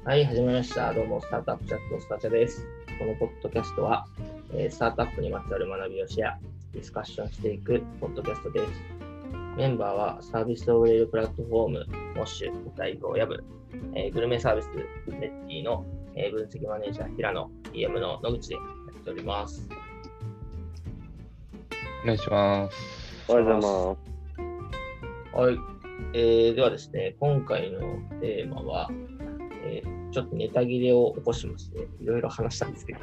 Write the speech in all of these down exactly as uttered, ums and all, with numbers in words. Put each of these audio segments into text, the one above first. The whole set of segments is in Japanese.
はい、始まりました。どうも、スタートアップチャットスタチャです。このポッドキャストは、えースタートアップにまつわる学びをシェア、ディスカッションしていくポッドキャストです。メンバーはサービスを売れるプラットフォーム、モッシュ代表ヤブ、えーグルメサービスレッティの、えー分析マネージャー平野、ピーエム の野口でやっております。 お願いします。 おはようございます。 はい、えー、ではですね、今回のテーマは、えーちょっとネタ切れを起こしまして、いろいろ話したんですけど、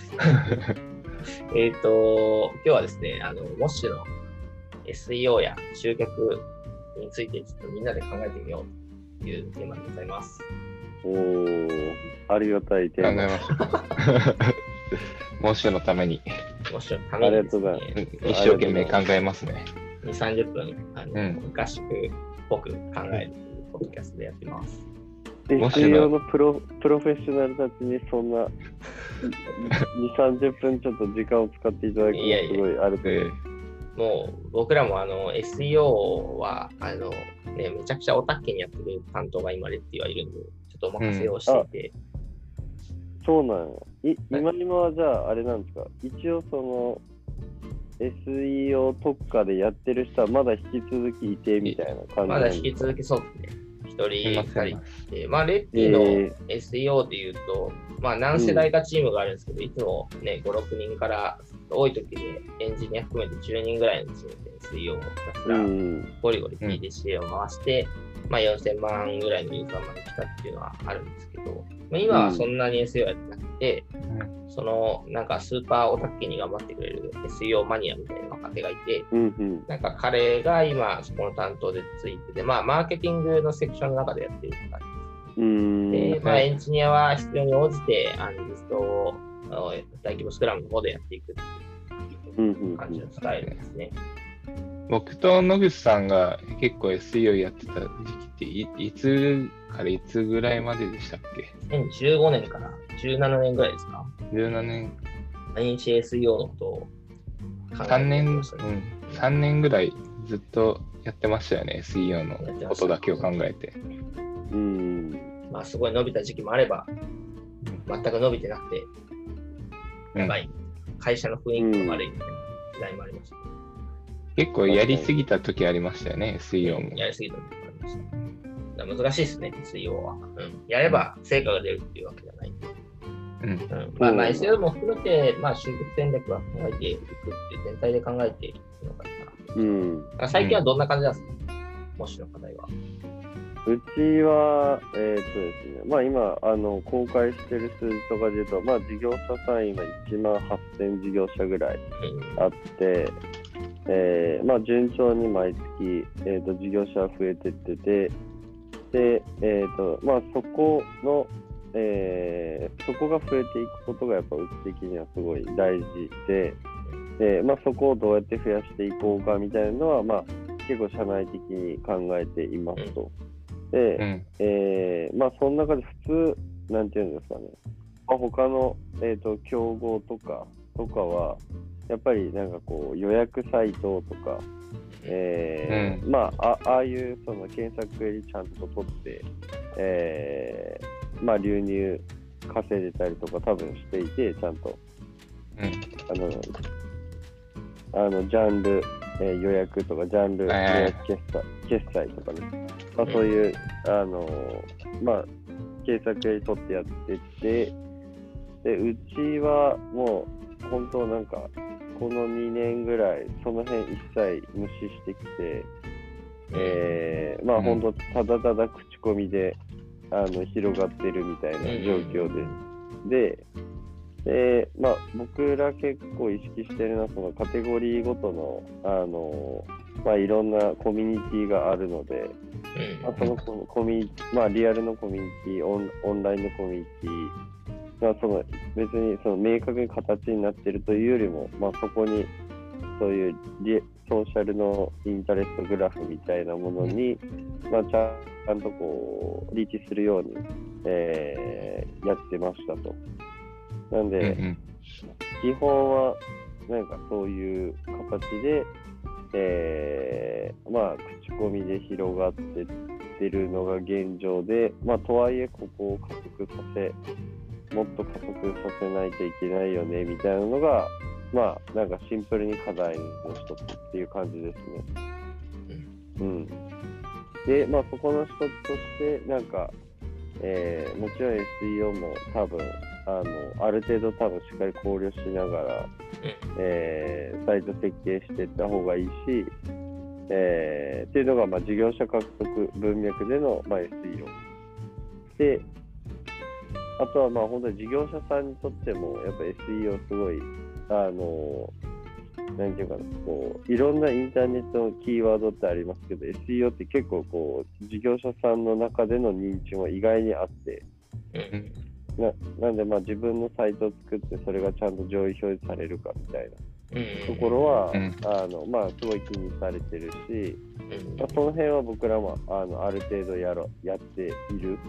えっと、今日はですね、あの、モッシュの エスイーオー や集客についてちょっとみんなで考えてみようというテーマでございます。 おー、ありがたいテ考えーマ。 ました。モッシュのために、 モッシュのためにですありがとうね、 一生懸命考えますね。 にじゅう、さんじゅっぷん、あの、 うん合宿っぽく考えるポッドキャストでやってます。 エスイーオー のプロプロフェッショナルたちにそんなにじゅう、さんじゅっぷんちょっと時間を使っていただくのすごいあるとえ思う。 もう僕らもあの エスイーオー はあの、ね、めちゃくちゃオタッケにやってる担当が今レッティはいるんで、ちょっとお任せをしていて。 そうなんや。い今今はじゃああれなんですか、一応その エスイーオー 特化でやってる人はまだ引き続きいてみたいな感じまだなんですか。 引き続きそうですね。一人、 いません二人で、まあ、レッティの エスイーオー でいうと、まあ、何世代かチームがあるんですけど、いつもね、ご、ろくにんから多い時でエンジニア含めてじゅうにんぐらいのチームで エスイーオー をひたすらゴリゴリ ピーディーシー を回して、まあ、よんせんまんぐらいのユーザーまで来たっていうのはあるんですけど、まあ、今はそんなに エスイーオー やってなくて、そのなんかスーパーオタッケに頑張ってくれる エスイーオー マニアみたいな若手がいて、 うんうん、 なんか彼が今そこの担当でついてて、まあマーケティングのセクションの中でやってるって感じです。 うーんで、まあエンジニアは必要に応じてあのリストを大規模スクラムの方でやっていくっていう感じのスタイルですね。 僕と野口さんが結構 エスイーオー やってた時期ってい、いつからいつぐらいまででしたっけ？ にせんじゅうごねんからじゅうななねんぐらいですか？ じゅうななねん。 毎日 エスイーオー のことを考えてさんねん、うん、 ましたね。 さんねんぐらいずっとやってましたよね、エスイーオー のことだけを考えて。 うん、 まあすごい伸びた時期もあれば、全く伸びてなくて、やばい、うん、会社の雰囲気が悪いみたいな時代もありました。 結構やりすぎた時ありましたよね、エスイーオー も。 やりすぎた時もありました。だ難しいですね、エスイーオー は、うん。やれば成果が出るっていうわけじゃないんで。うんうん、まあ、まあ、エスイーオー も含めて、まあ、集客戦略は考えていくって全体で考えていくのかな。うん、最近はどんな感じなんですか、もしの課題は。 うちは、えーっとですね、まあ今、あの、公開してる数字とかで言うと、まあ事業者さん今いちまんはっせん事業者ぐらいあって、うんえー、まあ順調に毎月、えーっと事業者は増えてってて、で、えーっと、まあそこの、えー、そこが増えていくことがやっぱうち的にはすごい大事で、で、まあそこをどうやって増やしていこうかみたいなのは、まあ結構社内的に考えていますと。で、うんえー、まあその中で普通、なんていうんですかね、まあ、他の、えーと、競合とかとかは、やっぱりなんかこう予約サイトとか、えーうん、まあ、あ、ああいうその検索エリちゃんと取って、えー、まあ流入稼いでたりとか多分していて、ちゃんと、うん、あの、あのジャンル、えー、予約とかジャンル予約決済、決済とかね、まあ、そういう、うん、あのまあ検索エリ取ってやってて、でうちはもう本当なんかこのにねんぐらいその辺一切無視してきて、えー、まあ本当ただただ口コミであの広がってるみたいな状況で、で、で、まあ僕ら結構意識してるのはそのカテゴリーごとのあのまあいろんなコミュニティがあるので、まあ、そのコミュニティ、まあリアルのコミュニティ、オン、オンラインのコミュニティ、まあ、その別にその明確に形になっているというよりも、まあ、そこにそういうリソーシャルのインタレストグラフみたいなものに、まあ、ちゃんとこうリーチするように、えー、やってましたと。なんで、うんうん、基本はなんかそういう形で、えー、まあ口コミで広がってっってるのが現状で、まあ、とはいえここを加速させ、もっと加速させないといけないよねみたいなのが、まあ、なんかシンプルに課題の一つっていう感じですね。うん。で、まあ、そこの一つとして、なんか、えー、もちろん エスイーオー も多分、あの、ある程度多分しっかり考慮しながら、えー、サイト設計していった方がいいし、えー、っていうのが、まあ、事業者獲得文脈での、まあ、エスイーオー。で、あとはまあ本当に事業者さんにとってもやっぱ エスイーオー すごいあの何ていうかなこういろんなインターネットのキーワードってありますけど エスイーオー って結構こう事業者さんの中での認知も意外にあってな, なんでまあ自分のサイトを作ってそれがちゃんと上位表示されるかみたいなところは、うん、あのまあすごい気にされてるし、まあ、その辺は僕らも あ, のある程度やろやっている。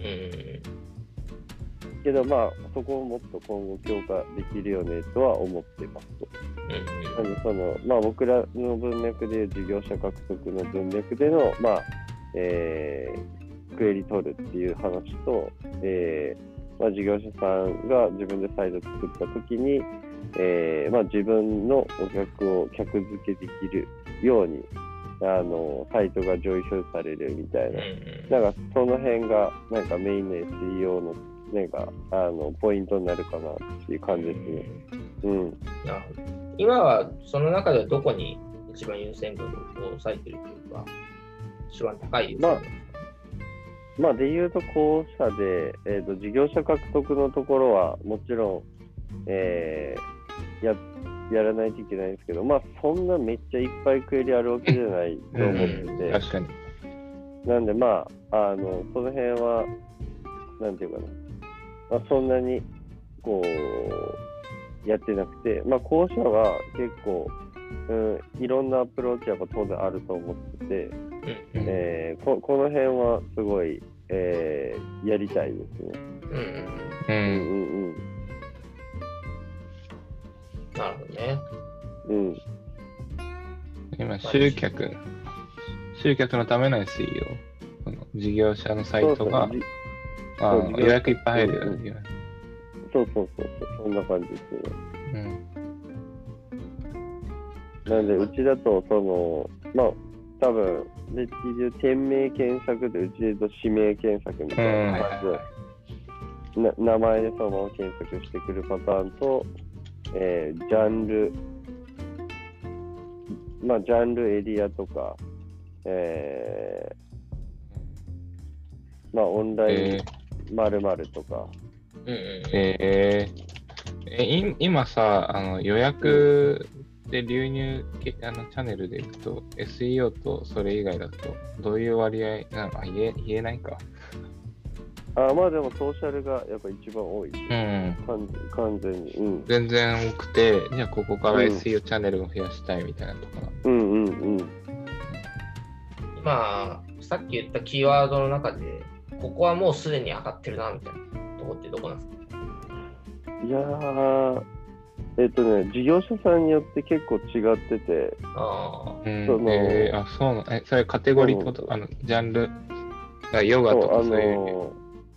けどまあそこをもっと今後強化できるよねとは思ってますと。うん、なんでそのまあ僕らの文脈でいう事業者獲得の文脈でのまあ、えー、クエリ取るっていう話と、えー、まあ事業者さんが自分でサイト作ったときに、えー、まあ自分のお客を客付けできるようにあのサイトが上位表示されるみたいな、なんかその辺がなんかメインの エスイーオー のなんかあのポイントになるかなっていう感じですね。うん。 なるほど。今はその中ではどこに一番優先度を抑えてるというか、一番高い優先度ですか？ まあ、まあ、で言うと後者で、えーと、事業者獲得のところはもちろん、えー、ややらないといけないんですけど、まあそんなめっちゃいっぱいクエリあるわけじゃないと思ってて、 確かに。 なんでまああのその辺はなんていうかな。まあ、そんなにこうやってなくて、まあ、後者は結構、うん、いろんなアプローチは当然あると思ってて、うんえー、こ, この辺はすごい、えー、やりたいですね。うんうんうん。 なるほどね。 うん。 今集客集客のための エスイーオー、この事業者のサイトが。ああ、予約いっぱい入るよね。 そうそうそうそう、そんな感じですね。うん。なんで、うちだと、その、まあ、多分、レッティでいう店名検索で、うちでいうと指名検索みたいな感じで、な名前でそのまま検索してくるパターンと、えー、ジャンル、まあ、ジャンルエリアとか、えー、まあ、オンライン、えー〇〇とか。 うんうん、えー、え今さあの予約で流入あのチャンネルでいくと エスイーオー とそれ以外だとどういう割合なのか言え、言えないか。 あまあでもソーシャルがやっぱ一番多い。うん、完, 完全に、うん。 全然多くて、じゃあここから エスイーオー チャンネルを増やしたいみたいなところ。 うんうんうん。 今さっき言ったキーワードの中でここはもうすでに上がってるなみたいなところってどこなんですか？ いやー、えっとね、事業者さんによって結構違ってて、 あー、そのえー、あ、そうな、え、それカテゴリーってこと、あの、ジャンル、ヨガとかそういう。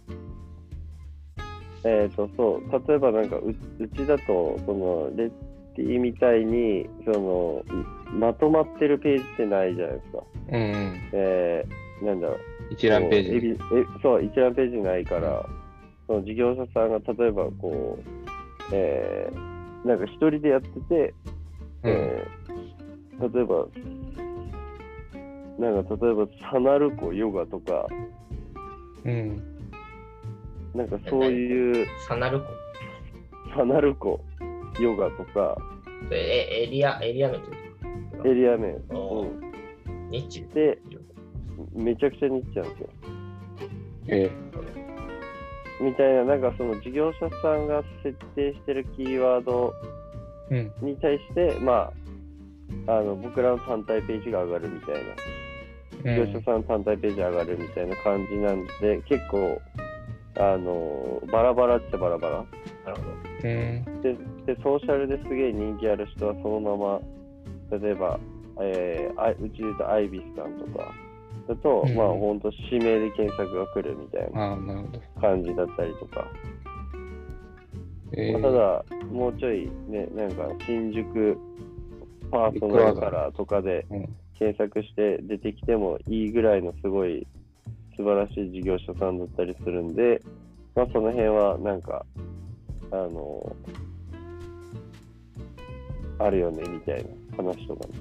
えっと、そう、例えばなんかう、うちだと、その、レッティみたいに、その、まとまってるページってないじゃないですか。うん、うん。えー、なんだろう。 一覧ページえそう一覧ページないから、その事業者さんが例えばこう、えー、なんか一人でやってて、うんえー、例えばなんか例えばサナルコヨガとか、うん、なんかそういうサナルコサナルコヨガとかえエリアエリア名とエリア名、うん、 ニッチでめちゃくちゃニッチなんですよ。ええ。みたいな、なんかその事業者さんが設定してるキーワードに対して、うん、まあ、あの僕らの単体ページが上がるみたいな、事業者さんの単体ページ上がるみたいな感じなんで、結構、あのバラバラっちゃバラバラ。なるほど。で, で、ソーシャルですげえ人気ある人はそのまま、例えば、えー、うちで言うとアイビスさんとか、 だと、 うん、 まあ本当指名で検索が来るみたいな感じだったりとか。 えーまあ、ただ、もうちょいね、なんか新宿パーソナルカラーとかで検索して出てきてもいいぐらいのすごい素晴らしい事業者さんだったりするんで、まあその辺はなんか、あの、あるよねみたいな話とかね。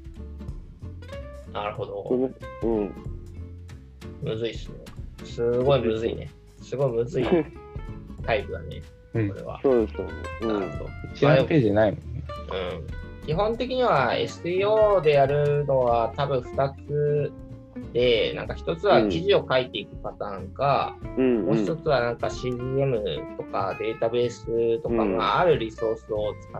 なるほど。 うん。 むずいっすね。すごいむずいね。すごいむずいタイプだね。これは。 そうですよね。 うん、なるほど。 一覧ページないもんね。 うん。基本的には エスイーオー でやるのは多分ふたつで、なんかひとつは記事を書いていくパターンか、うん、もうひとつはなんか シーディーエム とかデータベースとか、うん、まあ、あるリソースを使って、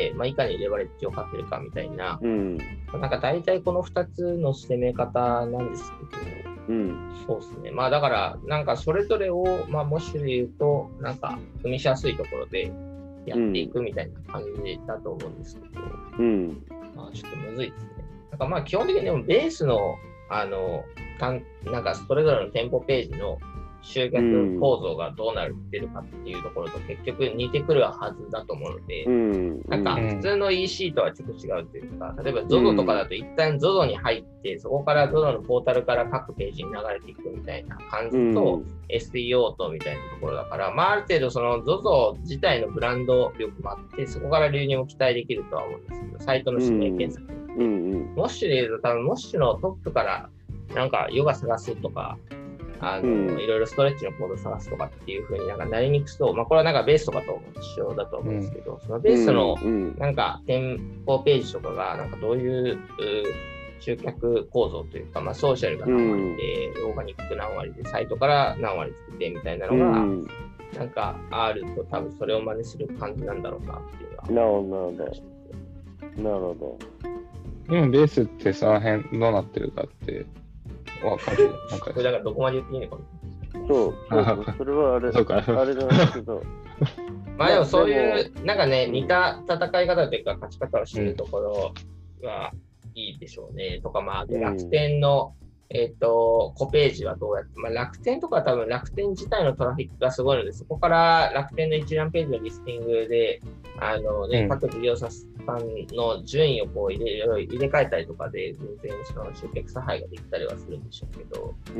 まあ、いかにレバレッジをかけるかみたいな、うん、なんか大体このふたつの攻め方なんですけど、うん、そうですね。まあだから、なんかそれぞれを、まあもしで言うと、なんか組みしやすいところでやっていくみたいな感じだと思うんですけど、うん、まあちょっとむずいですね。なんかまあ基本的にでもベースの、あの、なんかそれぞれの店舗ページの集客構造がどうなってるかっていうところと結局似てくるはずだと思うので、うん、なんか普通の イーシー とはちょっと違うというか、例えば ゾゾ とかだと一旦 ゾゾ に入って、そこから ゾゾ のポータルから各ページに流れていくみたいな感じと、うん、エスイーオー とみたいなところだから、まあある程度その ゾゾ 自体のブランド力もあって、そこから流入も期待できるとは思うんですけど、サイトの指名検索。うんうん、モッシュで言うと多分モッシュのトップからなんかヨガ探すとか、あの、うん、いろいろストレッチのコード探すとかっていう風になんかなりにくそう。まあこれはなんかベースとかと一緒だと思うんですけど、うん、そのベースのなんか店舗ページとかがなんかどういう集客構造というか、まあソーシャルが何割で、うん、オーガニック何割で、サイトから何割作ってみたいなのが、うん、なんかあると多分それを真似する感じなんだろうなっていうのは。 なるほど。なるほど。 今ベースってその辺どうなってるかってわかる。なんかこれだからどこまで言っていいのかな。そう、そうそれはあれ、あれなんですけど。 まあでもそういう、なんかね、似た戦い方というか勝ち方をしているところはいいでしょうね。とか、まあ、楽天の、えっと、コページはどうやって、まあ楽天とかは多分楽天自体のトラフィックがすごいので、そこから楽天の一覧ページのリスティングで、あのね、各事業者さんの順位をこう入れ入れ替えたりとかで、全然その集客差配ができたりはするんでしょうけど、うん、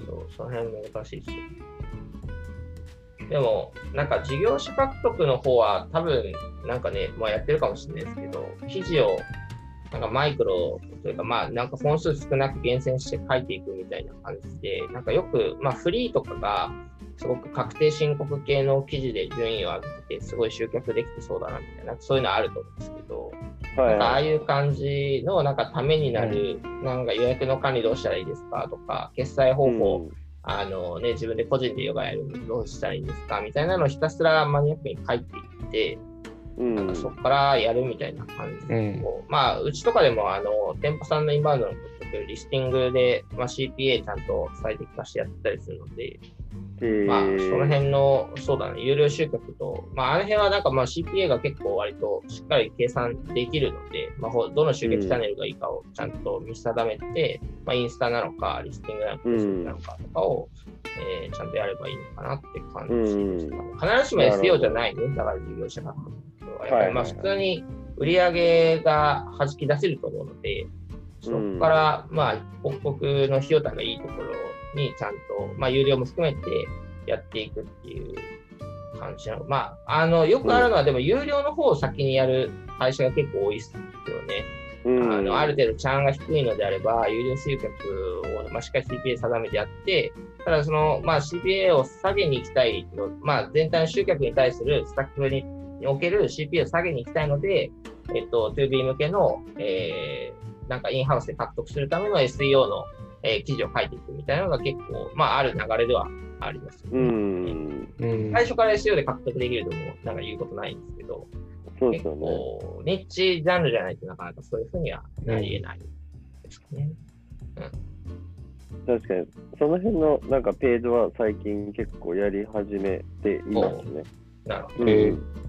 そうその辺難しいですよね。でも、なんか事業者獲得の方は多分、なんかね、まあやってるかもしれないですけど、記事をなんかマイクロというか、まあなんか本数少なく厳選して書いていくみたいな感じで、なんかよく、まあフリーとかが、すごく確定申告系の記事で順位を上げてて、すごい集客できてそうだなみたいな、そういうのあると思うんですけど、はい、なんかああいう感じのなんかためになる、うん、なんか予約の管理どうしたらいいですかとか、決済方法、うん、あのね、自分で個人でヨガやるのどうしたらいいんですかみたいなのをひたすらマニアックに書いていって、うん、なんかそこからやるみたいな感じで、うん、まあうちとかでもあの店舗さんのインバウンドのリスティングで、まあ、シーピーエー ちゃんと最適化してやったりするので、まあ、その辺の、そうだね、有料集客と、まあ、あの辺はなんかまあ シーピーエー が結構割としっかり計算できるので、まあ、どの集客チャンネルがいいかをちゃんと見定めて、うん、まあ、インスタなのか、リスティングなのか、なのかとかを、えー、ちゃんとやればいいのかなって感じですかね。うん、必ずしも エスイーオー じゃないね、だから事業者が。やっぱりまあ普通に売り上げが弾き出せると思うので、そこから、まあ、広告の費用対がいいところにちゃんと、まあ、有料も含めてやっていくっていう感じなの。まあ、あの、よくあるのは、うん、でも、有料の方を先にやる会社が結構多いですよね。うん、あの、ある程度、チャーンが低いのであれば、有料集客を、まあ、しっかり シーピーエー 定めてやって、ただ、その、まあ、シーピーエー を下げに行きたいの、まあ、全体の集客に対するスタッフにおける シーピーエー を下げに行きたいので、えっと、ツービー 向けの、えー、なんかインハウスで獲得するための エスイーオー の、えー、記事を書いていくみたいなのが結構、まあ、ある流れではありますよね。うん最初から エスイーオー で獲得できるとも、なんか言うことないんですけど、 そうですよね、 結構、ニッチジャンルじゃないとなかなかそういうふうにはなり得ないですかね。 うん、確かに、その辺のなんかページは最近結構やり始めていますね。 なるほど。うん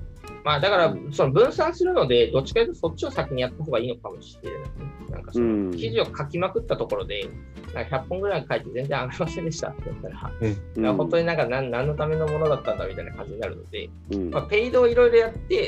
まあだから、その分散するので、どっちかというとそっちを先にやった方がいいのかもしれない。なんかその記事を書きまくったところで、なんかひゃっぽんぐらい書いて全然上がりませんでしたって言ったら、うん、本当になんか 何, 何のためのものだったんだみたいな感じになるので、うんまあ、ペイドをいろいろやって、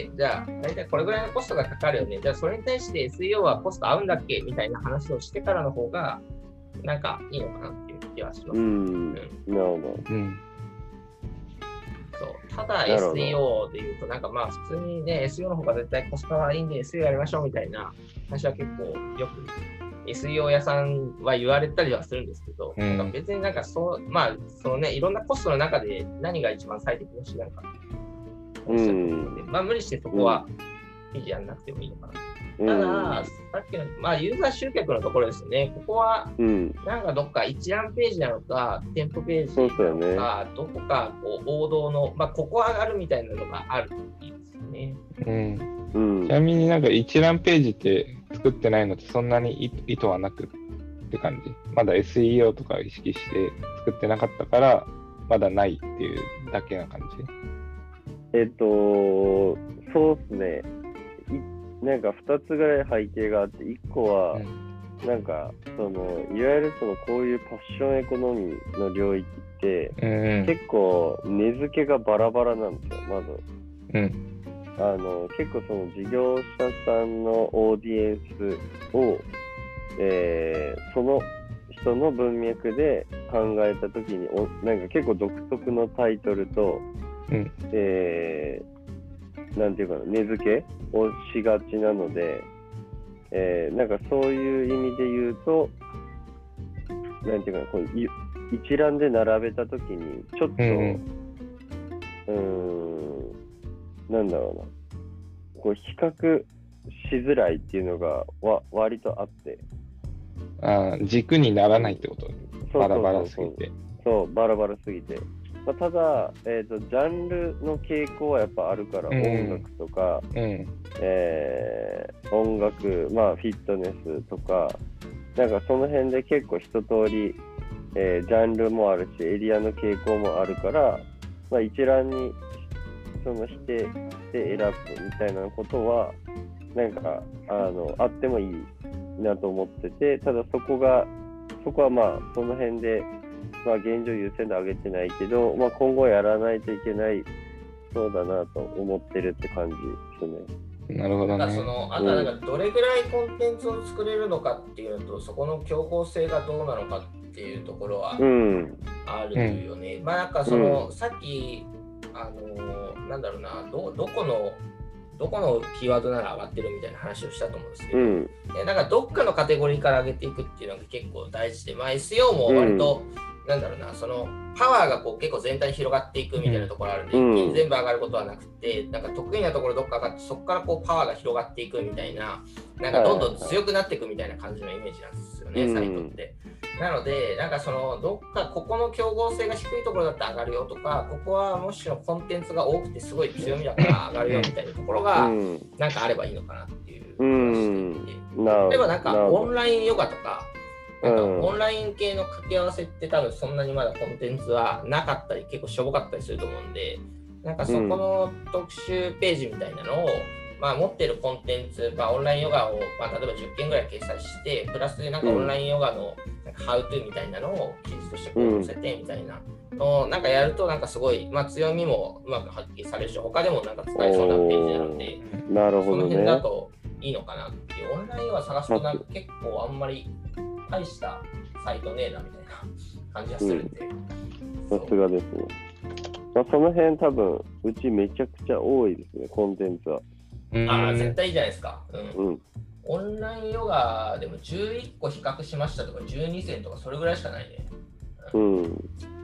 じゃあ大体これぐらいのコストがかかるよね、じゃあそれに対して エスイーオー はコスト合うんだっけみたいな話をしてからの方が、なんかいいのかなっていう気はします。うん、 うん、なるほど。うんそうただ エスイーオー でいうと、なんかまあ普通にね、エスイーオー の方が絶対コスパはいいんで エスイーオー やりましょうみたいな話は結構よく エスイーオー 屋さんは言われたりはするんですけど、うん、なんか別になんかそう、まあそのね、いろんなコストの中で何が一番最適の手段かおっしゃってるので、うん、まあ無理してそこは記事やんなくてもいいのかな。ただ、さっきの、まあ、ユーザー集客のところですね、ここは、なんかどっか一覧ページなのか、店舗ページなのか、ね、どこかこう王道の、まあ、ここ上がるみたいなのがあるといいですよね。 うん。ちなみになんか一覧ページって作ってないのってそんなに意図はなくって感じ。まだ エスイーオー とかを意識して作ってなかったから、まだないっていうだけな感じ。 えっと、そうですね。なんかふたつぐらい背景があって、いっこは、なんか、その、いわゆるその、こういうパッションエコノミーの領域って、うん、結構、値付けがバラバラなんですよ、まず。うん、あの、結構その、事業者さんのオーディエンスを、えー、その人の文脈で考えたときに、おなんか結構独特のタイトルと、うん、えーなんていうかな、値付けをしがちなので、えー、なんかそういう意味で言うと、なんていうかな、こう一覧で並べたときに、ちょっと、うん、うーん、なんだろうな、こう比較しづらいっていうのがわ割とあって。 ああ、軸にならないってこと？バラバラすぎて。 そう、バラバラすぎて。まあ、ただ、えーと、ジャンルの傾向はやっぱあるから、うん、音楽とか、うんえー、音楽、まあ、フィットネスとか、なんかその辺で結構一通り、えー、ジャンルもあるし、エリアの傾向もあるから、まあ、一覧にそのしてして選ぶみたいなことは、なんかあのあってもいいなと思ってて、ただそこが、そこはまあ、その辺で、まあ、現状優先度上げてないけど、まあ、今後やらないといけないそうだなと思ってるって感じですね。なるほどね。 そのあとはなんかどれぐらいコンテンツを作れるのかっていうのと、うん、そこの競合性がどうなのかっていうところはあるよね。うん、まあなんかその、うん、さっきあのなんだろうな、どどこのどこのキーワードなら上がってるみたいな話をしたと思うんですけど、うん、なんかどっかのカテゴリーから上げていくっていうのが結構大事で、まあ、エスイーオー も割と、うん、なんだろうな、そのパワーがこう結構全体に広がっていくみたいなところあるんで、うん、一気に全部上がることはなくて、なんか得意なところどっか上がって、そこからこうパワーが広がっていくみたいな、なんかどんどん強くなっていくみたいな感じのイメージなんですよね、うん、サイトって。なので、なんかそのどっかここの競合性が低いところだって上がるよとか、ここはもしろコンテンツが多くてすごい強みだから上がるよみたいなところがなんかあればいいのかなっていう気がしていて、うん、例えばなんかオンラインヨガとか、なんかオンライン系の掛け合わせって多分そんなにまだコンテンツはなかったり結構しょぼかったりすると思うんで、なんかそこの特集ページみたいなのを、まあ、持ってるコンテンツ、まあ、オンラインヨガを、まあ、例えばじゅっけんぐらい掲載して、プラスでなんかオンラインヨガのなんかハウトゥーみたいなのを記事としてこう載せてみたいなのをなんかやるとなんかすごい、まあ、強みもうまく発揮されるし、他でもなんか使えそうなページなので、 なるほどね、 その辺だといいのかなっていう。オンラインヨガ探すとなんか結構あんまり大したサイトねえなみたいな感じがするんで。 さすがですね。まあ、その辺多分うちめちゃくちゃ多いですね、コンテンツは。 ああ、絶対いいじゃないですか。うん。うん、オンラインヨガでもじゅういっこ比較しましたとかじゅうにせんとかそれぐらいしかないね。うん。うん、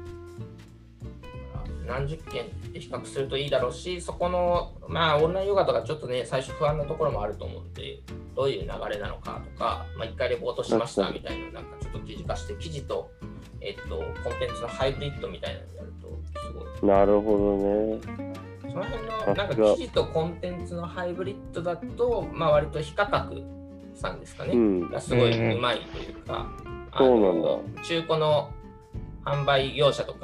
何十件って比較するといいだろうし、そこの、まあオンラインヨガとかちょっとね、最初不安なところもあると思うんで、どういう流れなのかとか、まあ一回レポートしましたみたいな、なんかちょっと記事化して、記事と、えっと、コンテンツのハイブリッドみたいなのをやると、すごい。 なるほどね。 その辺のなんか記事とコンテンツのハイブリッドだと、まあ、割と非価格さんですかね、うん、がすごいうまいというか、 そうなんだ。 中古の販売業者とか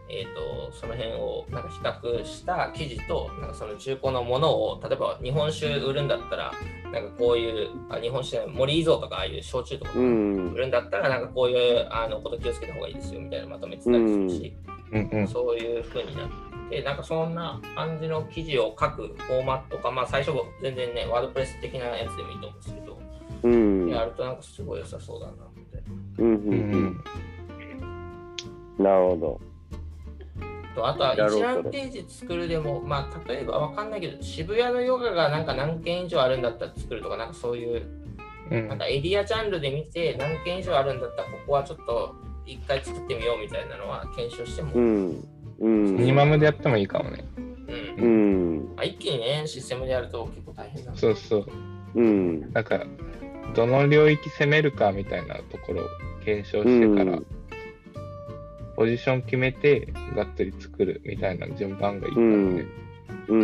えーと、その辺をなんか比較した記事と、なんかその中古のものを、例えば日本酒売るんだったら、なんかこういう、あ日本酒、森伊蔵とかああいう焼酎とか売るんだったら、なんかこういうあのこと気をつけた方がいいですよみたいなまとめてたりするし、うんうん、そういう風になってて、なんかそんな感じの記事を書くフォーマットか、まあ最初全然ね、ワードプレス的なやつでもいいと思うんですけど、うん、やるとなんかすごい良さそうだなって。うんうんうん、 なるほど。 あとは一覧ページ作るでも、まあ、例えばわかんないけど、渋谷のヨガがなんか何件以上あるんだったら作るとか、なんかそういう、うん、なんかエリアジャンルで見て何件以上あるんだったら、ここはちょっと一回作ってみようみたいなのは検証しても、うんうん、ミニマムでやってもいいかもね。 うんうんまあ、一気にね、システムでやると結構大変だ。 そうそう。うん、なんか、どの領域攻めるかみたいなところを検証してから、うんポジション決めてがっつり作るみたいな順番がいいからね。うん、うん、うん、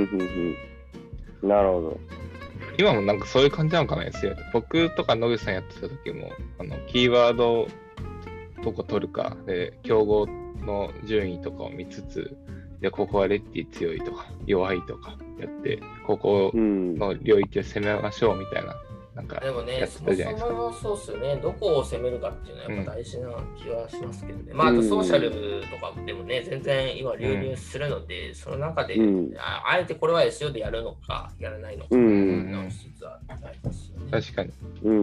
うん。なるほど。 今もなんかそういう感じなのかな、エスイーオー って。僕とか野口さんやってた時も、あのキーワードどこ取るかで、競合の順位とかを見つつ、でここはレッティ強いとか弱いとかやって、ここの領域を攻めましょうみたいな。なんかでもね、そもそもそうっすよね、どこを攻めるかっていうのはやっぱ大事な気はしますけどね。うん、まあ、あとソーシャルとかでもね、全然今流入するので、うん、その中で、うん、あ, あえてこれは エスイーオー でやるのか、やらないのか、うん、直しつつはありますよね。 確かに。 うん。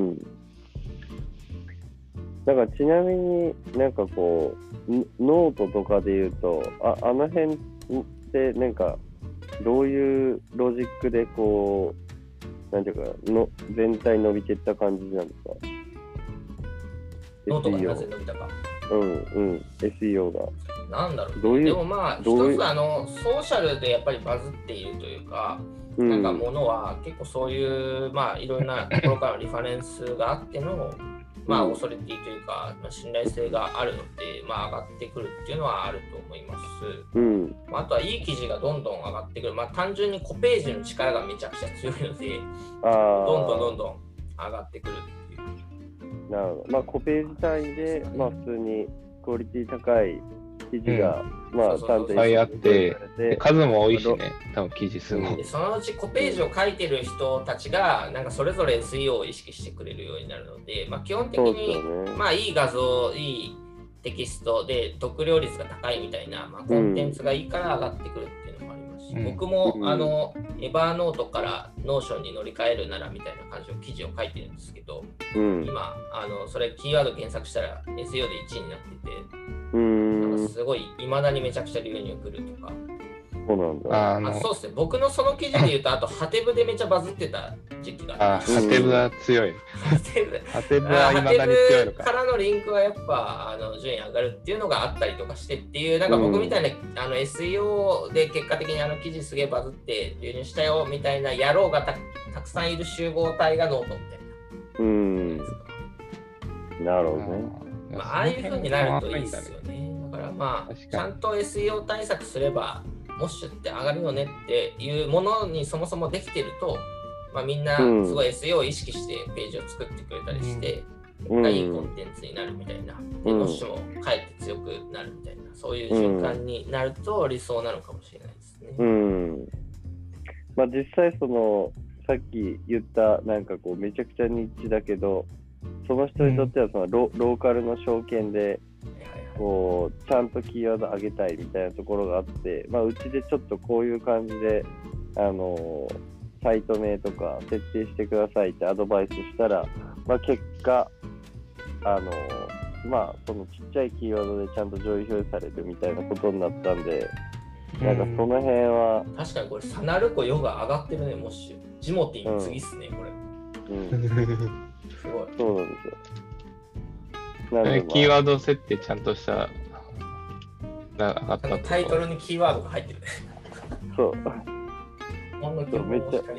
だからちなみになんかこう、ノートとかで言うと、あ, あの辺ってなんかどういうロジックでこう、なんていうかの全体伸びていった感じなんですか？ ノートがなぜ伸びたか。 うんうん、エスイーオーが。なんだろう、どういうでもまあ、一つあの、ソーシャルでやっぱりバズっているというか、うん、なんかものは結構そういう、まあ、いろんなところからのリファレンスがあっての、まあ、オーソリティというか、まあ、信頼性があるので、まあ、上がってくるっていうのはあると思います。うんまあ、あとはいい記事がどんどん上がってくる。まあ、単純にコページの力がめちゃくちゃ強いので、あどんどんどんどん上がってくるっていう。 なるほど。まあ、コページ単位で、まあ、普通にクオリティ高い記事が、うん、まあ、ちゃんといっぱいあって、数も多いしね、多分記事数も。 でそのうちコページを書いてる人たちが、なんかそれぞれ エスイーオー を意識してくれるようになるので、まあ、基本的に、ね、まあ、いい画像、いいテキストで得量率が高いみたいな、まあ、コンテンツがいいから上がってくるっていうのもありますし、うん、僕も、うん、あのエバーノートからノーションに乗り換えるならみたいな感じの記事を書いてるんですけど、うん、今あのそれキーワード検索したら エスイーオー でいちいになってて、うん、なんかすごいいまだにめちゃくちゃ流入来るとか。 そうなんだ。 ああそうですね。僕のその記事で言うと、あとハテブでめちゃバズってた時期があって。あ、ハテブは強い。 ハテブ、 ハテブは未だに強いのか。 からのリンクはやっぱあの順位上がるっていうのがあったりとかしてっていう、なんか僕みたいな、うん、あの エスイーオー で結果的にあの記事すげえバズって流入したよみたいな野郎が た, たくさんいる集合体がノートみたいな。うん。 なるほどね。 まあ、ああいう風になるといいですよね。だからまあ、ちゃんと エスイーオー 対策すれば、モッシュって上がるよねっていうものにそもそもできてると、まあ、みんなすごい エスイーオー を意識してページを作ってくれたりして、うん、いいコンテンツになるみたいな、でモッシュもかえって強くなるみたいな、そういう循環になると理想なのかもしれないですね。うんまあ、実際そのさっき言ったなんかこうめちゃくちゃニッチだけど、その人にとってはその ロ, ローカルの証券でこうちゃんとキーワード上げたいみたいなところがあって、まあ、うちでちょっとこういう感じで、あのー、サイト名とか設定してくださいってアドバイスしたら、まあ、結果、あのー、まあそのちっちゃいキーワードでちゃんと上位表示されるみたいなことになったんで、なんかその辺は確かにこれサナルコヨが上がってるね。もしジモティン次っすね、うん、これ、うん、すごいそうなんですよ。 まあ、キーワード設定ちゃんとしたなかった。タイトルにキーワードが入ってるね。 そう。 ほんのめっちゃ。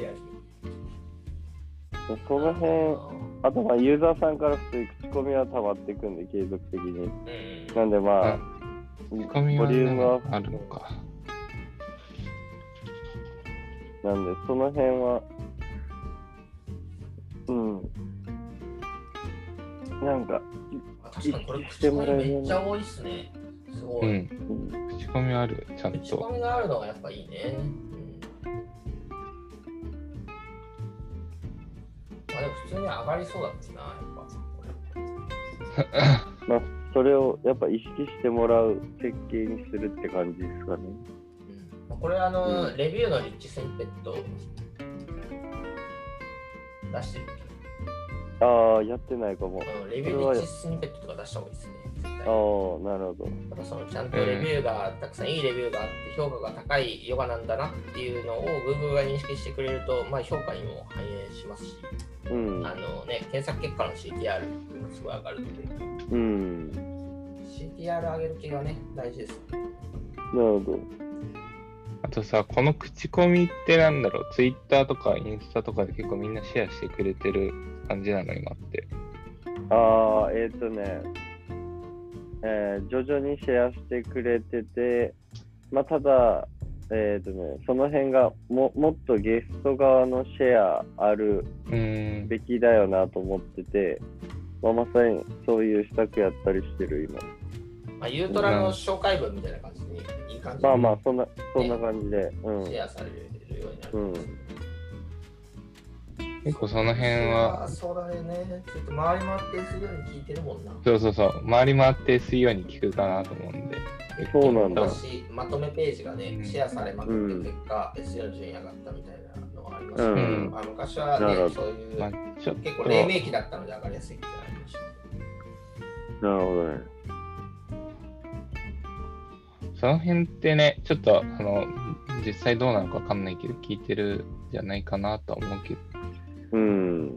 その辺、あとまあユーザーさんから普通に口コミは溜まっていくんで、継続的に。うん、なんでまあ、 口コミはボリュームはあるのか。 なんでその辺は、うん。なんか、 確かにこれ口コミめっちゃ多いっすね。すごい。うん、 口コミある、ちゃんと。 口コミがあるのがやっぱいいね。うん、まあでも普通に上がりそうだったな、やっぱ。 まあ、それをやっぱ意識してもらう設計にするって感じですかね。 うん、これあの、 うん、 レビューのリッチスニペット出してるっけ？ ああ、やってないかも。 レビューリッチスニペットとか出した方がいいですね。 ああ、なるほど。 ただそのちゃんとレビューが、たくさんいいレビューがあって評価が高いヨガなんだなっていうのを Google が認識してくれると、まあ、評価にも反映しますし、 うん、 あのね、検索結果の シーティーアール がすごい上がるので、 うん、 シーティーアール 上げる気がね、大事ですね。 なるほど。 あとさ、この口コミってなんだろう、Twitter とかインスタとかで結構みんなシェアしてくれてる感じなの、今って。 ああ、えっ、ー、とね、えー、徐々にシェアしてくれてて、まあ、ただ、えーとね、その辺がも、もっとゲスト側のシェアあるべきだよなと思ってて、まあ、まさにそういう施策やったりしてる今。 まあ、ユートラの紹介文みたいな感じでいい感じで、 まあまあそんな、そんな感じで、 ね、うん、シェアされるようになる、うん。 結構その辺は。 そうだね。ちょっと回り回って エスイーオー に聞いてるもんな。 そうそうそう。回り回って エスイーオー に聞くかなと思うんで。 そうなんだ。 まとめページがね、うん、シェアされまくって結果、うん、エスイーオー の順位上がったみたいなのがありましたけど、うん、あ昔はね、そういう、まあ、結構黎明期だったので上がりやすいってなりました。 なるほどね。 その辺ってね、ちょっとあの実際どうなのかわかんないけど、聞いてるんじゃないかなとは思うけど。 うん、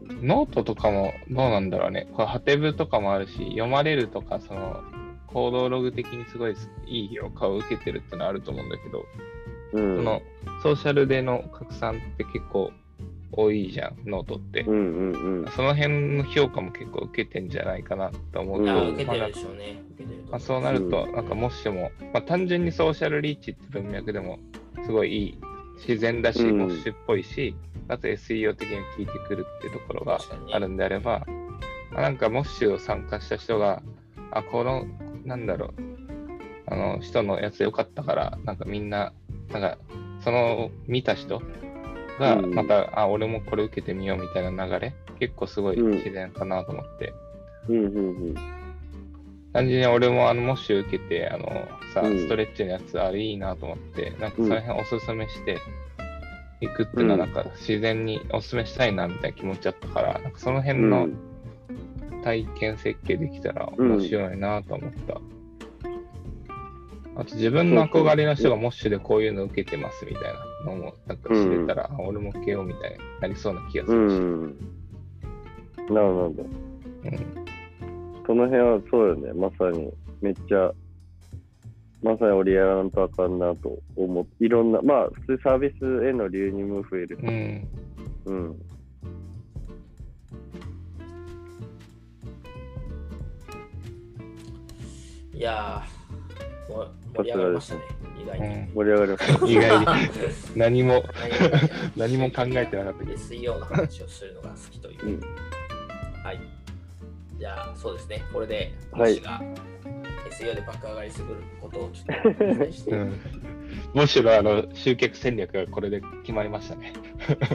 ノートとかもどうなんだろうね。これハテブとかもあるし、読まれるとか、その行動ログ的にすごいいい評価を受けてるってのはあると思うんだけど、うん、そのソーシャルでの拡散って結構多いじゃん、ノートって。 うんうんうん、 その辺の評価も結構受けてんじゃないかなと思うけど、 うん、受けてるでしょうね。 まあ、そうなると、なんかもしも、まあ、単純にソーシャルリーチって文脈でもすごいいい、自然だし、モッシュっぽいし、あと エスイーオー 的に効いてくるっていうところがあるんであれば、まあ、なんかモッシュを参加した人が、あ、この、なんだろう、あの人のやつ良かったから、なんかみんな、なんかその見た人がまた、うん、あ、俺もこれ受けてみようみたいな流れ、結構すごい自然かなと思って。 うんうんうんうん、 単純に俺もあのモッシュ受けて、あのさ、うん、ストレッチのやつ、あれいいなと思って、なんかその辺おすすめしていくっていうのは、なんか自然におすすめしたいなみたいな気持ちだったから、なんかその辺の体験設計できたら面白いなと思った。うん、あと自分の憧れの人がモッシュでこういうの受けてますみたいなのもなんか知れたら、うん、俺も受けようみたいになりそうな気がするし。うん、 なるほど。うん、その辺はそうよね。まさにめっちゃまさに俺やらんとあかんなと思って、いろんなまあ普通サービスへの流入も増える。うん。うん。 いやー、も盛り上がりましたね。意外に。 うん、盛り上がりました。 意外に何も何も考えてなかったけど。 エスイーオー の話をするのが好きという。うん、はい。じゃあそうですね。これでモッシュが エスイーオー で爆上がりすることをちょっとお伝えして、うん、 モッシュのあの集客戦略がこれで決まりましたね。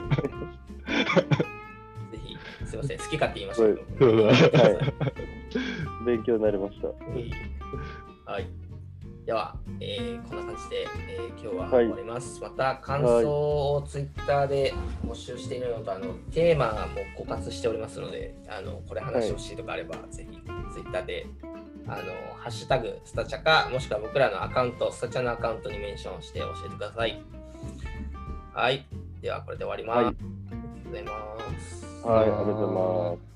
ぜひすみません、好き勝手言いましたけど、 はい、勉強になりました。 はい。では、えー、こんな感じで、えー、今日は終わります。はい、また感想をツイッターで募集しているのと、あのテーマも枯渇しておりますので、あのこれ話してほしいとかあれば、はい、ぜひツイッターであのハッシュタグスタチャか、もしくは僕らのアカウント、スタチャのアカウントにメンションして教えてください。はい。ではこれで終わります。はい、ありがとうございます。 はい、ありがとうございます。